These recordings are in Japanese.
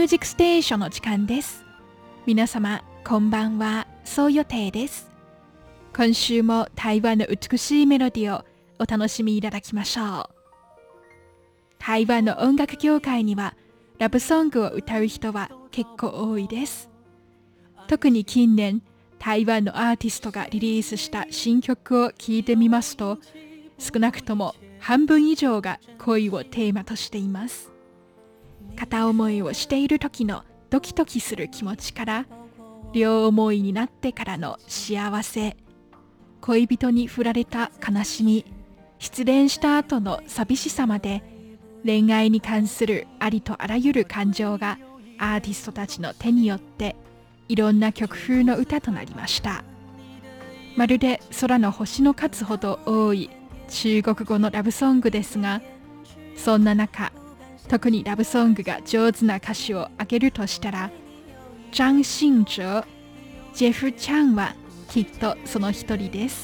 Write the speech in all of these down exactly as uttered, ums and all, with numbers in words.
ージックステーションの時間です。皆様こんばんは、そう予定です。今週も台湾の美しいメロディーをお楽しみいただきましょう。台湾の音楽業界にはラブソングを歌う人は結構多いです。特に近年、台湾のアーティストがリリースした新曲を聴いてみますと、少なくとも半分以上が恋をテーマとしています。片思いをしている時のドキドキする気持ちから、両思いになってからの幸せ、恋人に振られた悲しみ、失恋した後の寂しさまで、恋愛に関するありとあらゆる感情がアーティストたちの手によっていろんな曲風の歌となりました。まるで空の星の数ほど多い中国語のラブソングですが、そんな中、特にラブソングが上手な歌手を挙げるとしたら、張信哲、ジェフ・チャンはきっとその一人です。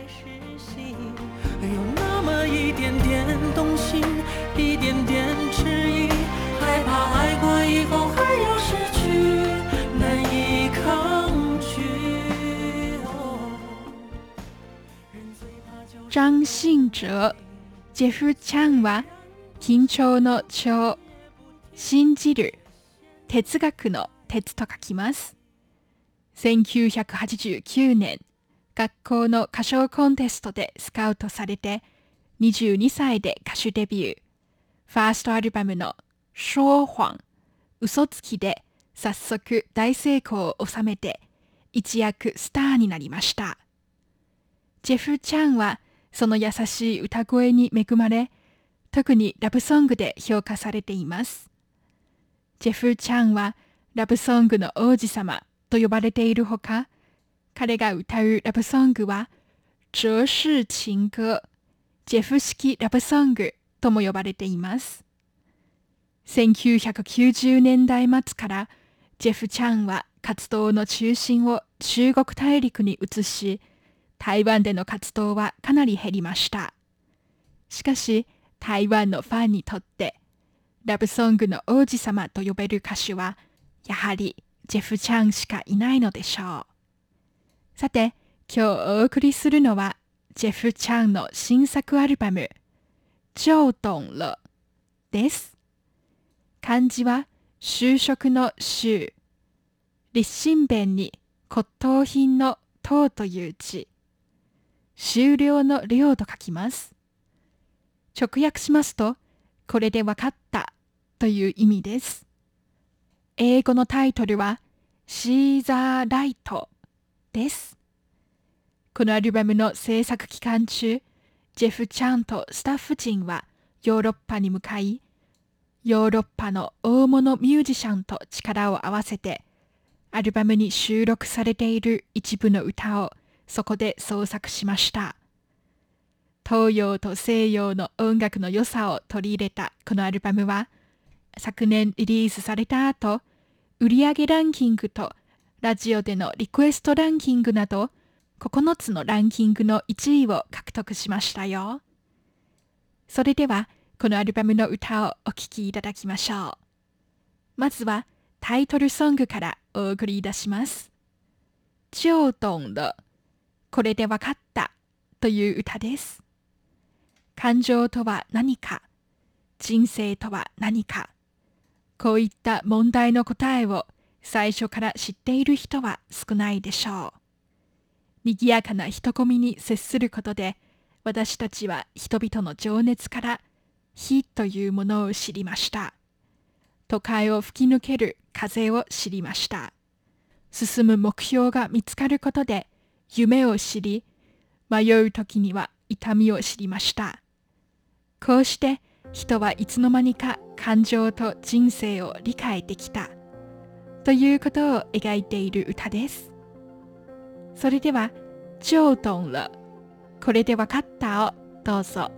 張信哲、ジェフ・チャンは緊張の張、信じる、哲学の哲と書きます。せんきゅうひゃくはちじゅうきゅうねん、学校の歌唱コンテストでスカウトされて、にじゅうにさいで歌手デビュー。ファーストアルバムの說謊、嘘つきで早速大成功を収めて、一躍スターになりました。ジェフ・チャンはその優しい歌声に恵まれ、特にラブソングで評価されています。ジェフ・チャンはラブソングの王子様と呼ばれているほか、彼が歌うラブソングは哲式情歌、ジェフ式ラブソングとも呼ばれています。せんきゅうひゃくきゅうじゅうねんだい末からジェフ・チャンは活動の中心を中国大陸に移し、台湾での活動はかなり減りました。しかし、台湾のファンにとって、ラブソングの王子様と呼べる歌手は、やはりジェフ・チャンしかいないのでしょう。さて、今日お送りするのは、ジェフ・チャンの新作アルバム、就懂了です。漢字は、就職の就、立身弁に骨董品の刀という字、終了の了と書きます。直訳しますと、これでわかったという意味です。英語のタイトルは、シーザーライトです。このアルバムの制作期間中、ジェフ・チャンとスタッフ陣はヨーロッパに向かい、ヨーロッパの大物ミュージシャンと力を合わせて、アルバムに収録されている一部の歌をそこで創作しました。東洋と西洋の音楽の良さを取り入れたこのアルバムは、昨年リリースされた後、売上ランキングとラジオでのリクエストランキングなど、ここのつのランキングのいちいを獲得しましたよ。それでは、このアルバムの歌をお聴きいただきましょう。まずはタイトルソングからお送りいたします。就懂了、これでわかったという歌です。感情とは何か、人生とは何か、こういった問題の答えを最初から知っている人は少ないでしょう。賑やかな人混みに接することで、私たちは人々の情熱から火というものを知りました。都会を吹き抜ける風を知りました。進む目標が見つかることで夢を知り、迷う時には痛みを知りました。こうして人はいつの間にか感情と人生を理解できたということを描いている歌です。それでは、就懂了、これでわかったをどうぞ。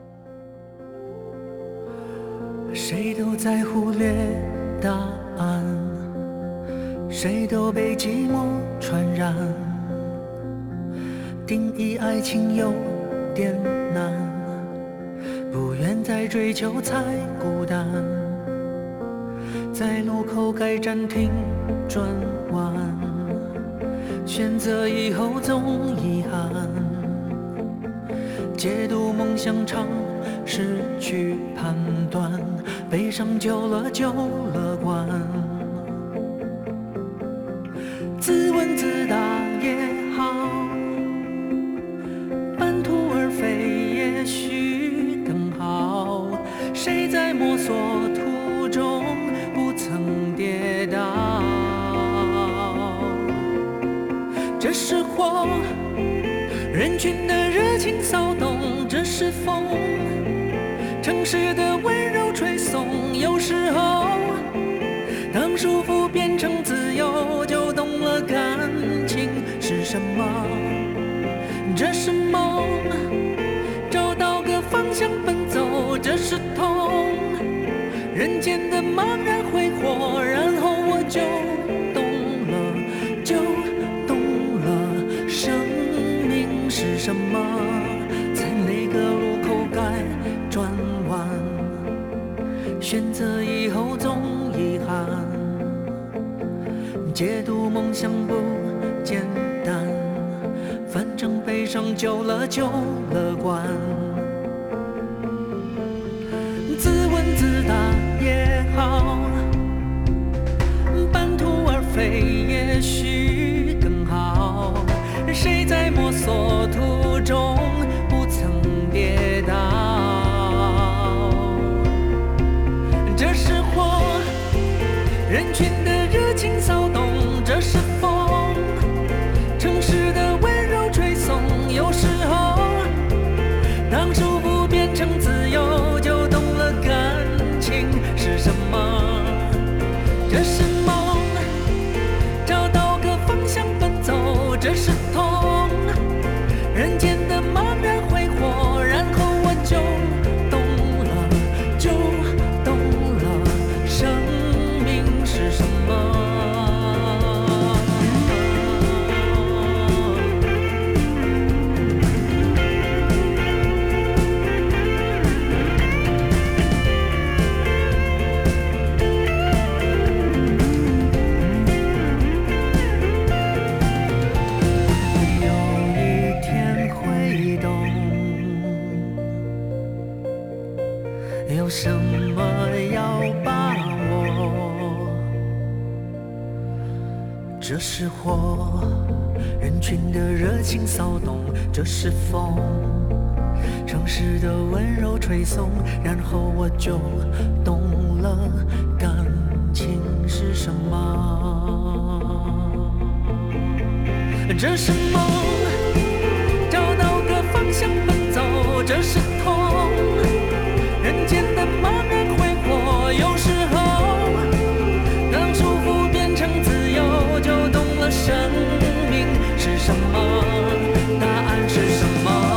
谁都在忽略答案，谁都被寂寞传染，定义爱情有点难，不愿再追求才孤单， 在路口该暂停转弯，选择以后总遗憾，解读梦想常失去判断，悲伤久了就乐观，自问自答也好，半途而废也许更好，谁在摸索途中不曾跌倒，这是火，人群的热情骚动，这是风，城市的温柔吹送，有时候当束缚变成自由，就懂了感情是什么。这是梦，找到个方向奔走，这是痛，人间的茫然挥霍，然后我就懂了，就懂了，生命是什么，在哪个路口该转弯，选择以后总遗憾，解读梦想不简单，反正悲伤久了就乐观，自问自答也好，半途而废也许更好，谁在摸索途中不曾跌倒，这是火，人群的热情骚动，这是风，城市的温柔吹送，有时候当束缚变成自由，就懂了感情是什么。这是梦，找到个方向奔走，这是痛，人间的茫然挥霍，然后我就懂了，就懂了，生命是什么。有什么要把握？这是火，人群的热情骚动，这是风，城市的温柔吹送，然后我就懂了感情是什么。这是梦，找到个方向奔走，这是痛，人间的茫然挥霍，有时候当束缚变成自由，就懂了生命是什么，答案是什么。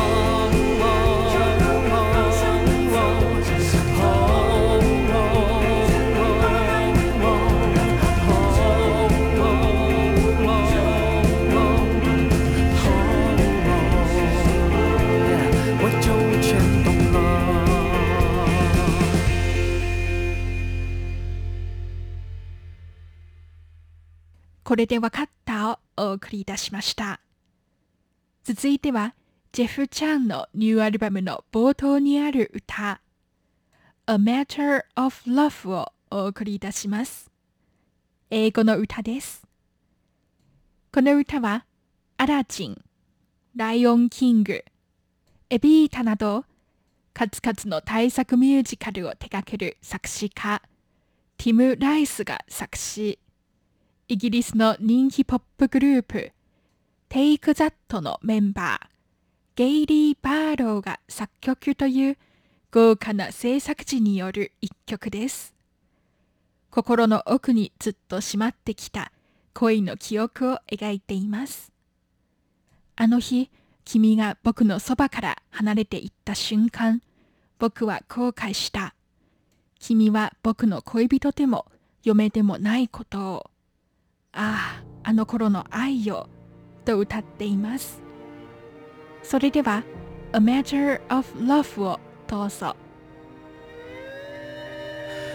これでわかったをお送りいたしました。続いては、ジェフ・チャンのニューアルバムの冒頭にある歌、A Matter of Love をお送りいたします。英語の歌です。この歌は、アラジン、ライオンキング、エビータなど、数々の大作ミュージカルを手掛ける作詞家、ティム・ライスが作詞、イギリスの人気ポップグループ、Take That のメンバー、ゲイリー・バーローが作曲という豪華な制作時による一曲です。心の奥にずっとしまってきた恋の記憶を描いています。あの日、君が僕のそばから離れていった瞬間、僕は後悔した。君は僕の恋人でも嫁でもないことを。ああ、あの頃の愛よ、と歌っています。それでは、A Matter of Love をどうぞ。 Oh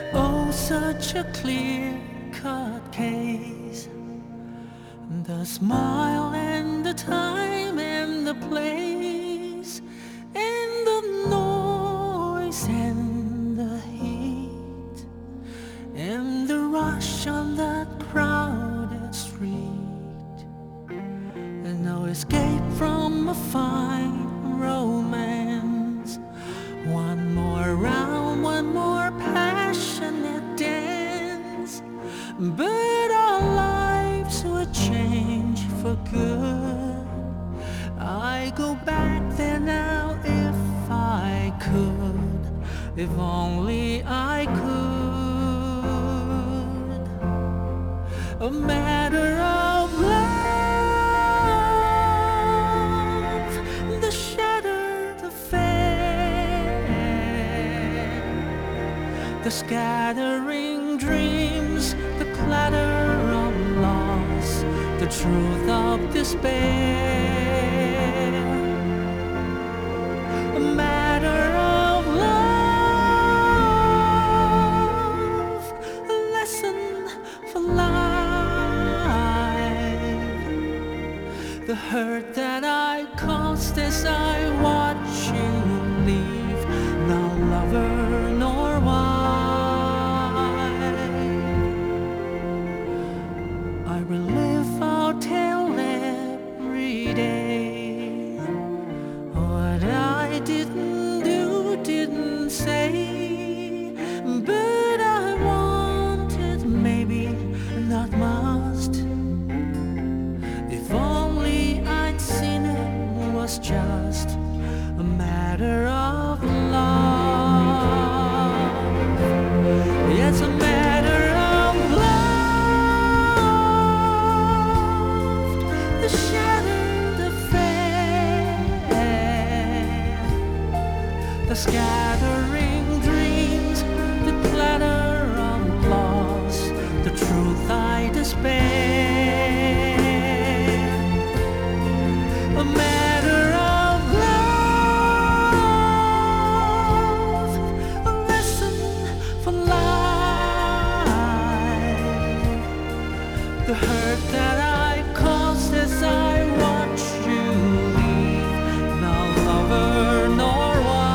such a clear-cut case. The smile and the time and the place and the noise and the heat and the rush on that crowded street, and no escape from a fine romance. One more round, one more passionate dance, but our lives would change for good. I go back there now if I could, if only I could. A matter of love, the shattered affair, the scattering dreams, the clatter of loss, the truth of despair. A matter of love, a lesson for life. The hurt that I caused as I watch you leave, no lover nor wife. I relive our tale every day. What I didn't do, didn't say, but I wanted, maybe not must. If only I'd seen it was just a matter of love. It's a matter of love, the shattered affair, the scattering dreams, the clatter of loss, the truth I despair. A matter of love, a lesson for life. The hurt that I caused as I watch you leave, no lover nor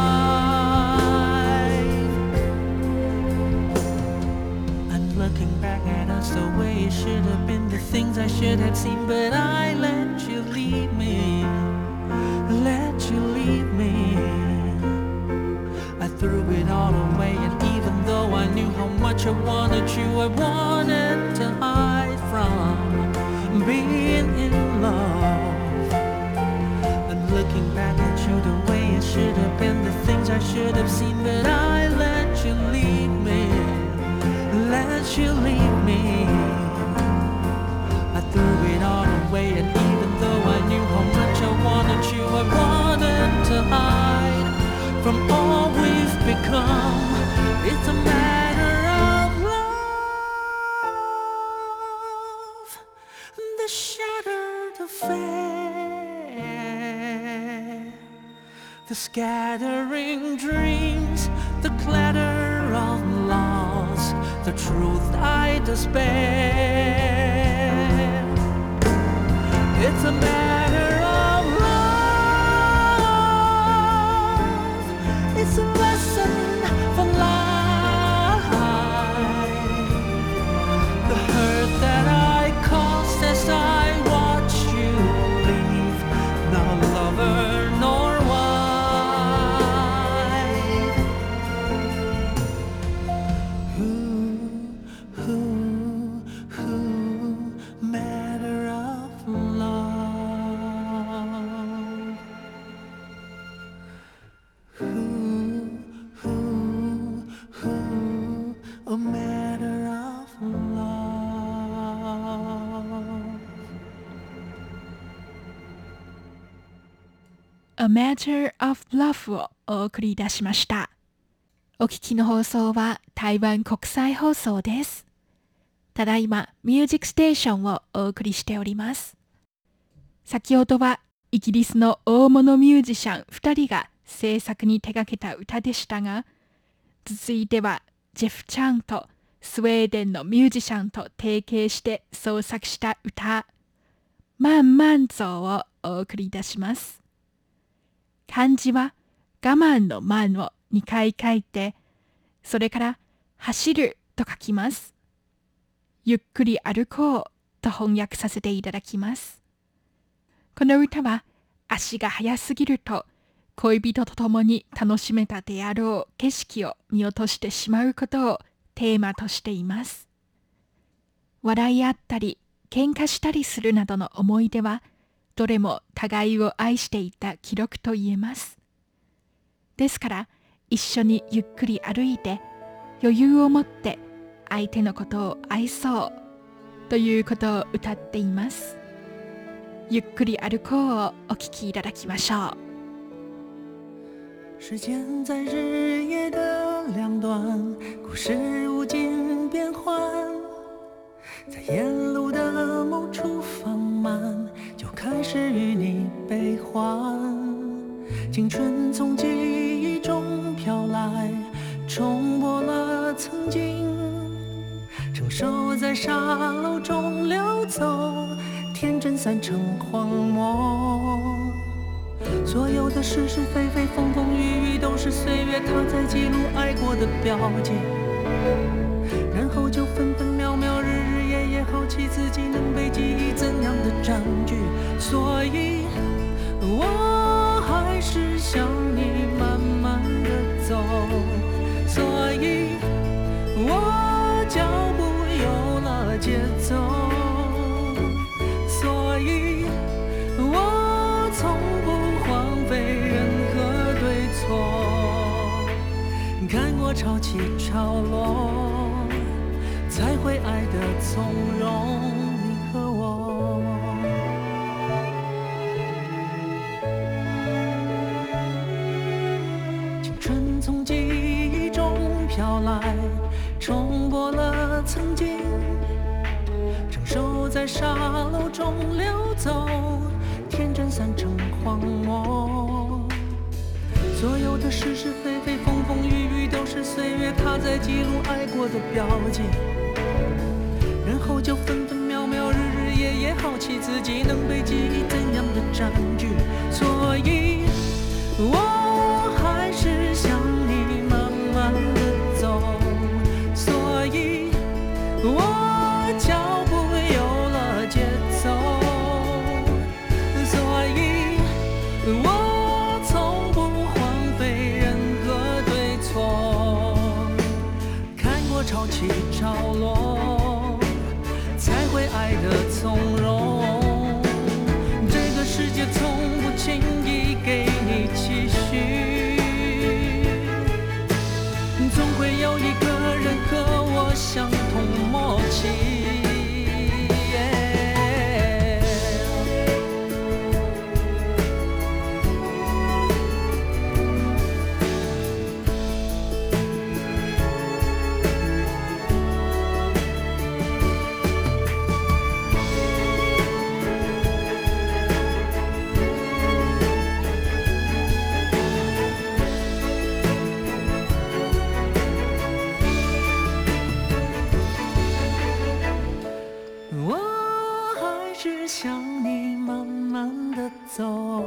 wife. I'm looking back at us the way it should have been, the things I should have seen, but I let you leave me, let you leave me. I threw it all away, and even though I knew how much I wanted you, I wanted to hide from being in love. And looking back at you the way it should have been, the things I should have seen, but I let you leave me, let you leave me. I threw it all away, and even though I knew how much I wanted you, I wanted to hide from all we've become. It's a matter of love, the shattered affair, the scattering dreams, the clatter of loss, the truth I despair. It's a matter of love, it's a lesson for life. The hurt that I caused as I watch you leave, no lover nor wife. Who, who, who, matter of love. Who, who, who, a matter of love. A Matter of Love をお送りいたしました。お聞きの放送は台湾国際放送です。ただいまミュージックステーションをお送りしております。先ほどはイギリスの大物ミュージシャンふたりが制作に手掛けた歌でしたが、続いてはジェフ・チャンとスウェーデンのミュージシャンと提携して創作した歌、慢慢走をお送りいたします。漢字は我慢の慢をにかい書いて、それから走ると書きます。ゆっくり歩こうと翻訳させていただきます。この歌は足が速すぎると恋人と共に楽しめたであろう景色を見落としてしまうことをテーマとしています。笑い合ったり喧嘩したりするなどの思い出はどれも互いを愛していた記録と言えます。ですから一緒にゆっくり歩いて余裕を持って相手のことを愛そうということを歌っています。ゆっくり歩こうをお聞きいただきましょう。 时间在日夜的两端，故事无尽变幻，在沿路的某处放慢，就开始与你悲欢。青春从记忆中飘来，冲破了曾经，承受在沙漏中流走，天真散成荒漠。所有的是是非非风风雨雨都是岁月它在记录爱过的标记，然后就分分秒秒日日夜夜好奇自己能被记忆怎样的占据，所以我还是想你慢慢的走，所以我脚步有了节奏，所以我从不荒废任何对错，看过潮起潮落，才会爱得从容，你和我。青春从记忆中飘来，冲破了曾经，承受在沙漏中流走，天真散成荒漠。所有的是是非非风风雨雨都是岁月它在记录爱过的标记，然后就分分秒秒日日夜夜好奇自己能被记忆怎样的占据，所以我还是想你慢慢的走，所以我脚步有了节奏，所以我从不荒废任何对错，看过潮起潮落，才会爱得从容。这个世界从不轻易给你期许，总会有一个人和我相同默契。想你慢慢的走，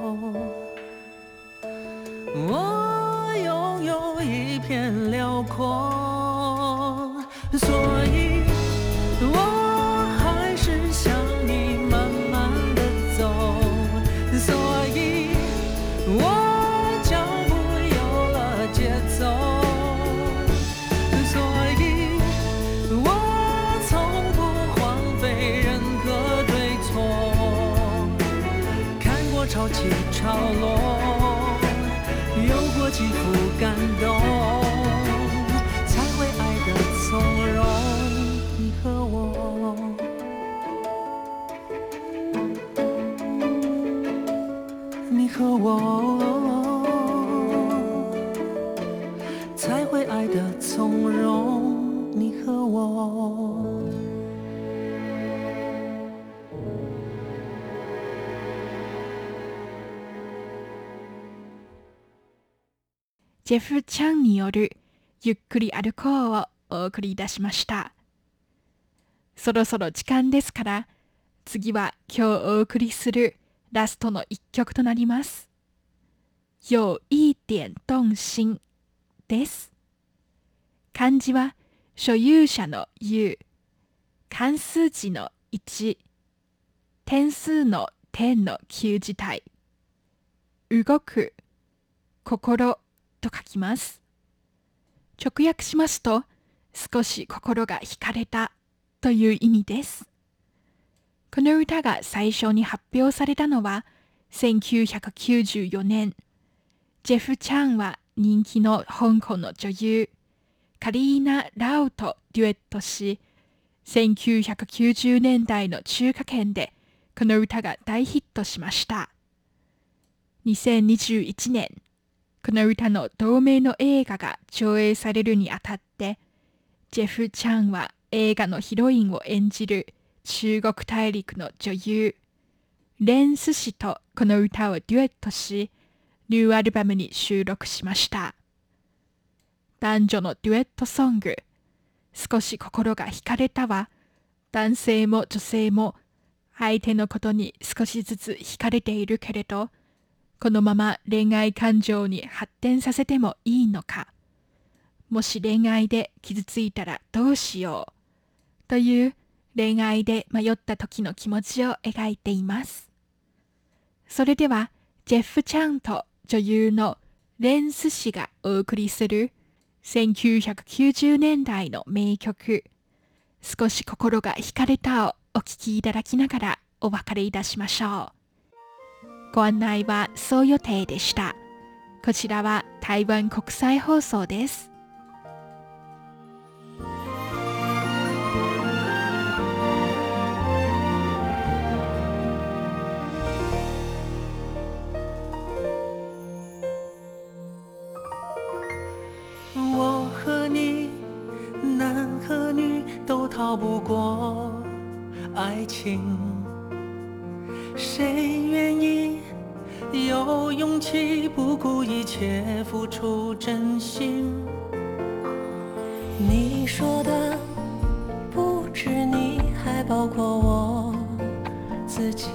我拥有一片辽阔，所以我还是想你慢慢的走，所以我脚步有了节奏，所以我从不荒废任何对错，潮起潮落，有过几幅感动，才会爱得从容，你和我，你和我，才会爱得从容，你和我。 ジェフ・チャンによるゆっくり歩こうをお送りいたしました。そろそろ時間ですから、次は今日お送りするラストの一曲となります。有一点動心です。漢字は所有者の有、漢数字のいち、点数の点の旧字体、動く、心と書きます。直訳しますと、少し心が惹かれたという意味です。この歌が最初に発表されたのはせんきゅうひゃくきゅうじゅうよねん。ジェフ・チャンは人気の香港の女優、カリーナ・ラウとデュエットし、せんきゅうひゃくきゅうじゅうねんだいの中華圏でこの歌が大ヒットしました。にせんにじゅういちねん、この歌の同名の映画が上映されるにあたって、ジェフ・チャンは映画のヒロインを演じる中国大陸の女優、レン・ス氏とこの歌をデュエットし、ニューアルバムに収録しました。男女のデュエットソング、少し心が惹かれたは、男性も女性も相手のことに少しずつ惹かれているけれど、このまま恋愛感情に発展させてもいいのか、もし恋愛で傷ついたらどうしようという恋愛で迷った時の気持ちを描いています。それではジェフ・チャンと女優のレン・ス氏がお送りするせんきゅうひゃくきゅうじゅうねんだいの名曲、少し心が惹かれたをお聴きいただきながらお別れいたしましょう。ご案内はそう予定でした。こちらは台湾国際放送です。 我和你，男和女都逃不过爱情，谁愿意有勇气不顾一切付出真心？你说的不止你，还包括我自己。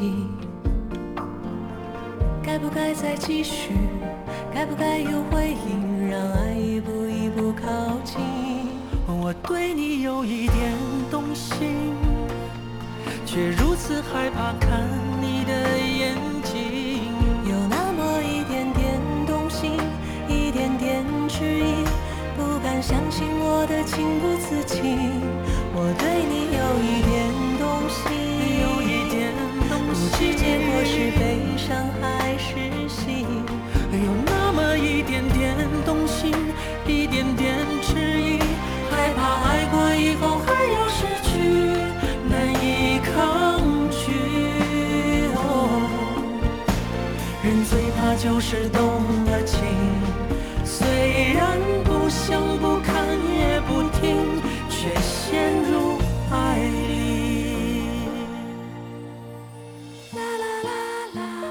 该不该再继续？该不该有回应？让爱一步一步靠近。我对你有一点动心，却如此害怕看你的眼睛。有那么一点点动心，一点点迟疑，不敢相信我的情不自禁。我对你有一点动心，有一点动心，不知结果是悲伤还是喜。有那么一点点动心，一点点迟疑，害怕爱过以后还要失去，难以抗拒。哦，人最怕就是动了情，虽然不想不看也不听，却陷入爱里。啦啦啦啦。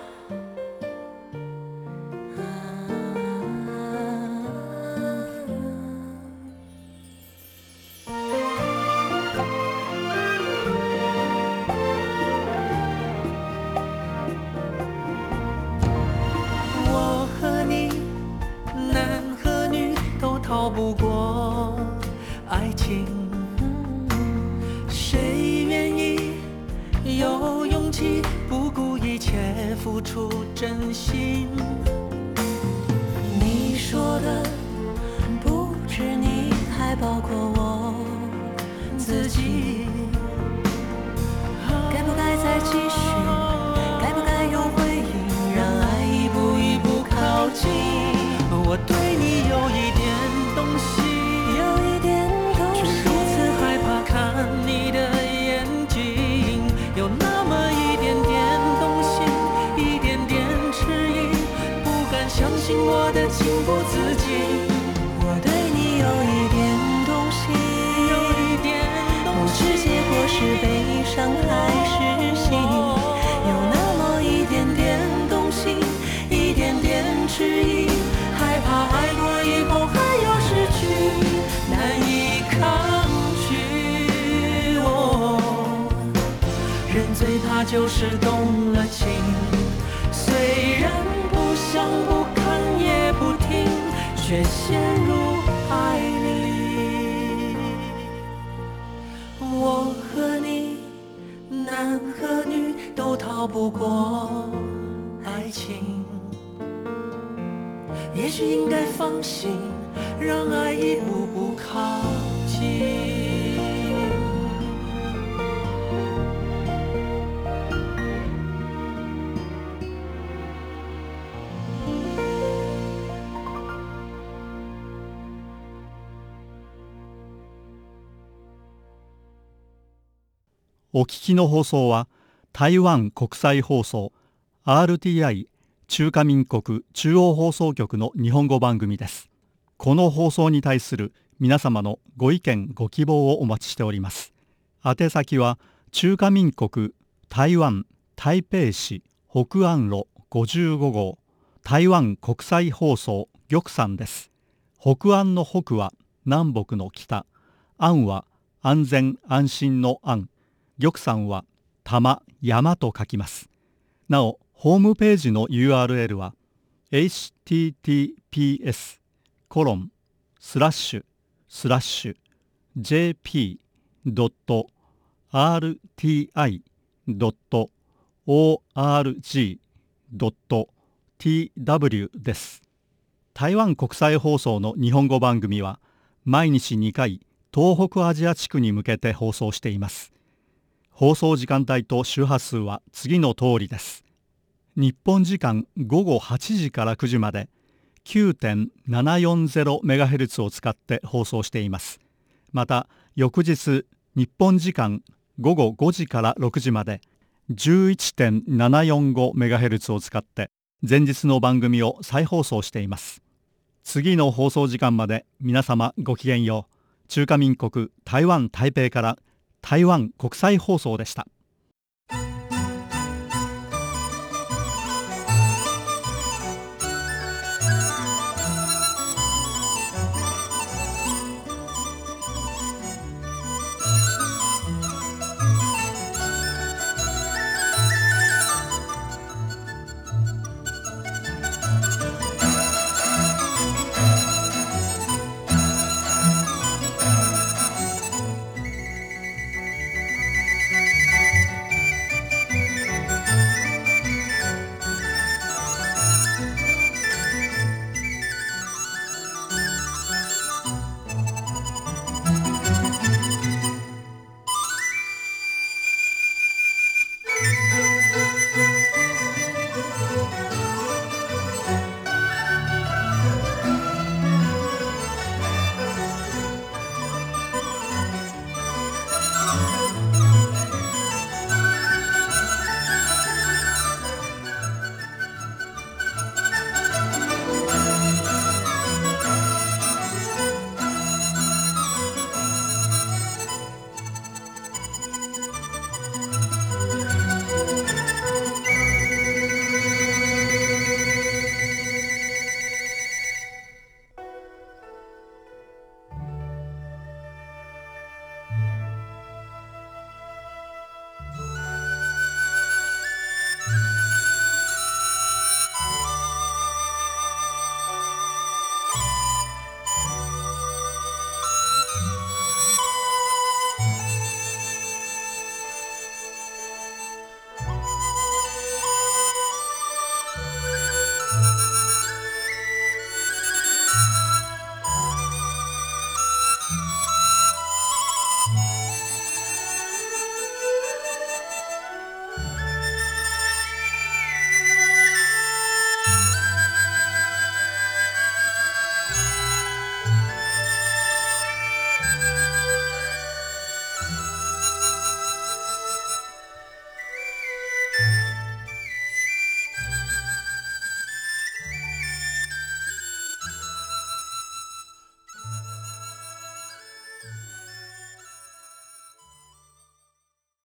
我和你，男和女都逃不过爱情，谁愿意有勇气不顾一切付出真心？你说的不止你，还包括我自己。该不该再继续？该不该有回应？让爱一步一步靠近。我对你有一点动心，有一点动心，却如此害怕看你的眼睛。有那么一点点动心，一点点迟疑，不敢相信我的情不自禁。我对你有一点动心，有一点动心，不知结果是悲伤还是喜。有那么一点点动心，一点点迟疑，害怕爱过以后还要失去，难以他就是动了情，虽然不想不看也不听，却陷入爱里。我和你，男和女都逃不过爱情，也许应该放心，让爱一步步靠近。 お聞きの放送は台湾国際放送 アールティーアイ 中華民国中央放送局の日本語番組です。この放送に対する皆様のご意見ご希望をお待ちしております。宛先は中華民国台湾台北市北安路ごじゅうごごう台湾国際放送玉山です。北安の北は南北の北、安は安全安心の安、玉山は玉山と書きます。なおホームページの ユーアールエル は エイチティーティーピーエス コロンスラッシュスラッシュ ジェーピー ドット アールティーアイ ドット オーアールジー ドット ティーダブリュー です。台湾国際放送の日本語番組は毎日にかい東北アジア地区に向けて放送しています。放送時間帯と周波数は次の通りです。日本時間ごごはちじからくじまで きゅうてんななよんゼロメガヘルツ を使って放送しています。また翌日日本時間ごごごじからろくじまで じゅういちてんななよんごメガヘルツ を使って前日の番組を再放送しています。次の放送時間まで皆様ごきげんよう。中華民国台湾台北から台湾国際放送でした。